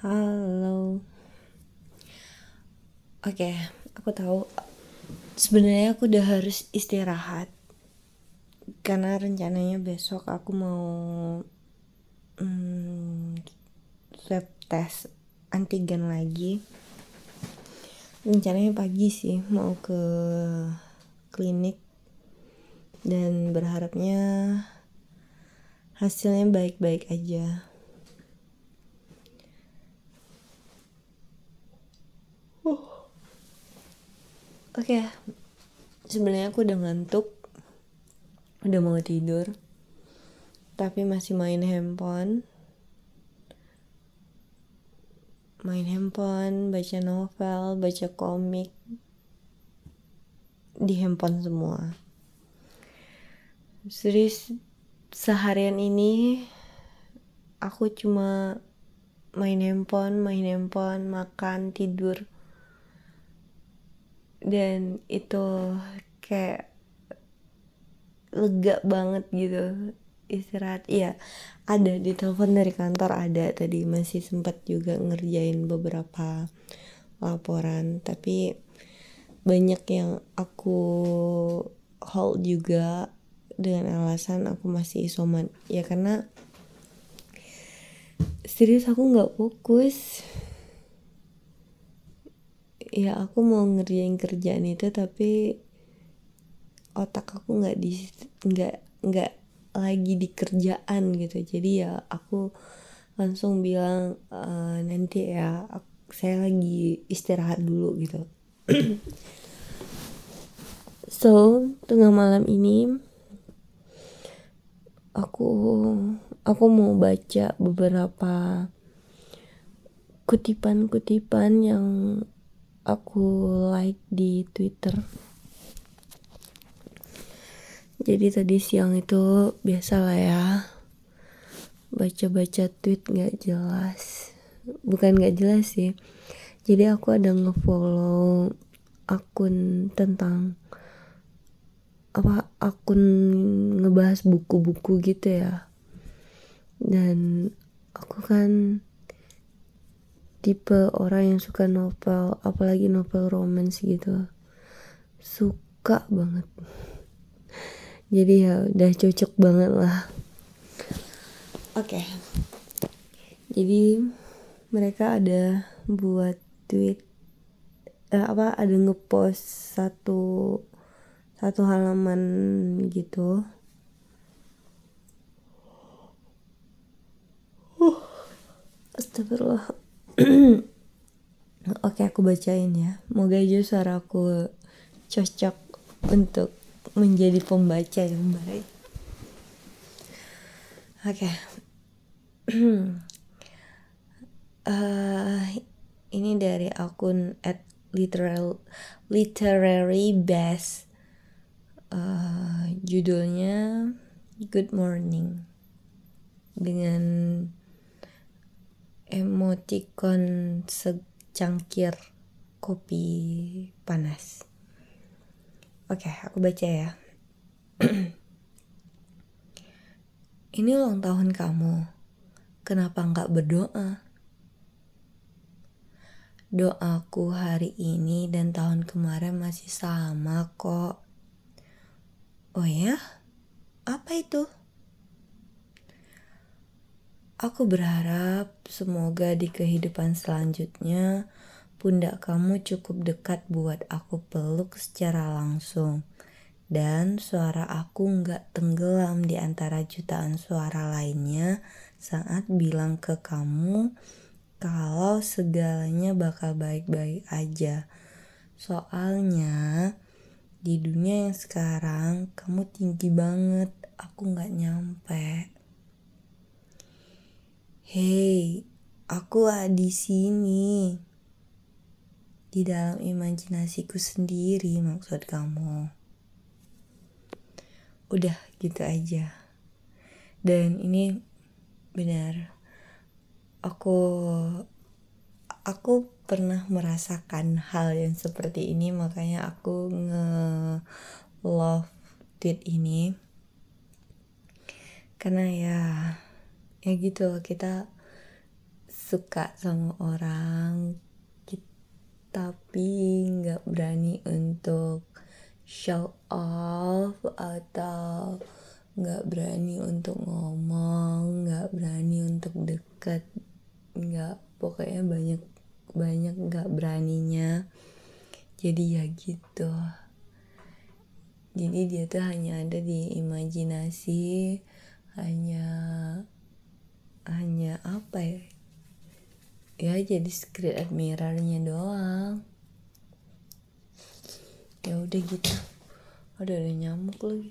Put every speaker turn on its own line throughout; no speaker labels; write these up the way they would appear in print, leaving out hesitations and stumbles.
Halo. Oke, aku tahu sebenarnya aku udah harus istirahat karena rencananya besok aku mau swab test antigen lagi. Rencananya pagi sih mau ke klinik dan berharapnya hasilnya baik-baik aja. Oke, sebenarnya aku udah ngantuk, udah mau tidur, tapi masih main handphone, baca novel, baca komik di handphone semua. Serius, seharian ini aku cuma main handphone, makan, tidur. Dan itu kayak lega banget gitu istirahat. Iya, ada di telepon dari kantor, ada tadi masih sempat juga ngerjain beberapa laporan, tapi banyak yang aku hold juga dengan alasan aku masih isoman ya, karena serius aku nggak fokus ya. Aku mau ngerjain kerjaan itu tapi otak aku nggak lagi di kerjaan gitu. Jadi ya aku langsung bilang nanti ya saya lagi istirahat dulu gitu. So tengah malam ini aku mau baca beberapa kutipan-kutipan yang aku like di Twitter. Jadi tadi siang itu biasalah ya, baca-baca tweet gak jelas. Bukan gak jelas sih, jadi aku ada ngefollow akun tentang akun ngebahas buku-buku gitu ya. Dan aku kan tipe orang yang suka novel, apalagi novel romance gitu, suka banget. Jadi ya udah cocok banget lah. Oke. Jadi mereka ada buat tweet ada ngepost satu halaman gitu. Astagfirullah. Oke, aku bacain ya. Moga aja suara aku cocok untuk menjadi pembaca yang baik. Oke. Ini dari akun @literarybest. Judulnya Good Morning dengan emoticon secangkir kopi panas. Oke, aku baca ya. Ini ulang tahun kamu, kenapa gak berdoa? Doaku hari ini dan tahun kemarin masih sama kok. Oh ya? Apa itu? Aku berharap semoga di kehidupan selanjutnya pundak kamu cukup dekat buat aku peluk secara langsung. Dan suara aku gak tenggelam di antara jutaan suara lainnya saat bilang ke kamu kalau segalanya bakal baik-baik aja. Soalnya di dunia yang sekarang kamu tinggi banget, aku gak nyampe. Hey, aku di sini. Di dalam imajinasiku sendiri maksud kamu. Udah gitu aja. Dan ini benar, aku pernah merasakan hal yang seperti ini, makanya aku nge-love tweet ini. Karena ya gitu, kita suka sama orang tapi nggak berani untuk show off, atau nggak berani untuk ngomong, nggak berani untuk deket, nggak, pokoknya banyak nggak beraninya. Jadi ya gitu, jadi dia tuh hanya ada di imajinasi, hanya apa ya jadi secret admirer-nya doang. Ya udah gitu. Ada nyamuk lagi.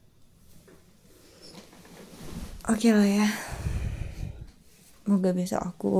Oke lah ya, semoga besok aku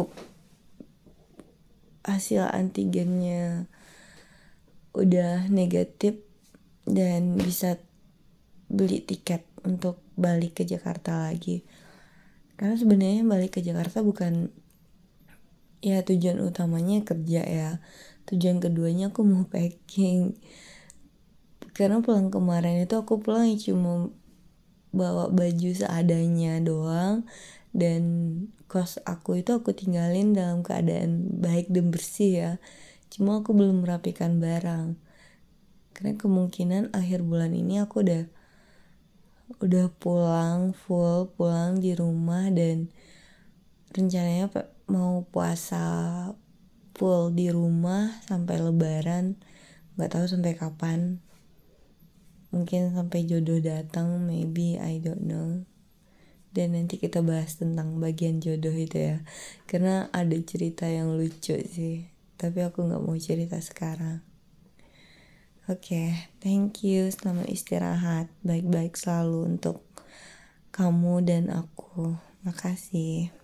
hasil antigennya udah negatif dan bisa beli tiket untuk balik ke Jakarta lagi. Karena sebenarnya balik ke Jakarta bukan ya tujuan utamanya kerja ya. Tujuan keduanya aku mau packing. Karena pulang kemarin itu aku pulang cuma bawa baju seadanya doang, dan kos aku itu aku tinggalin dalam keadaan baik dan bersih ya. Cuma aku belum merapikan barang. Karena kemungkinan akhir bulan ini aku udah pulang di rumah, dan rencananya mau puasa full di rumah sampai lebaran, nggak tahu sampai kapan, mungkin sampai jodoh datang, maybe, I don't know. Dan nanti kita bahas tentang bagian jodoh itu ya, karena ada cerita yang lucu sih, tapi aku nggak mau cerita sekarang. Oke, thank you, selamat istirahat, baik-baik selalu untuk kamu dan aku. Makasih.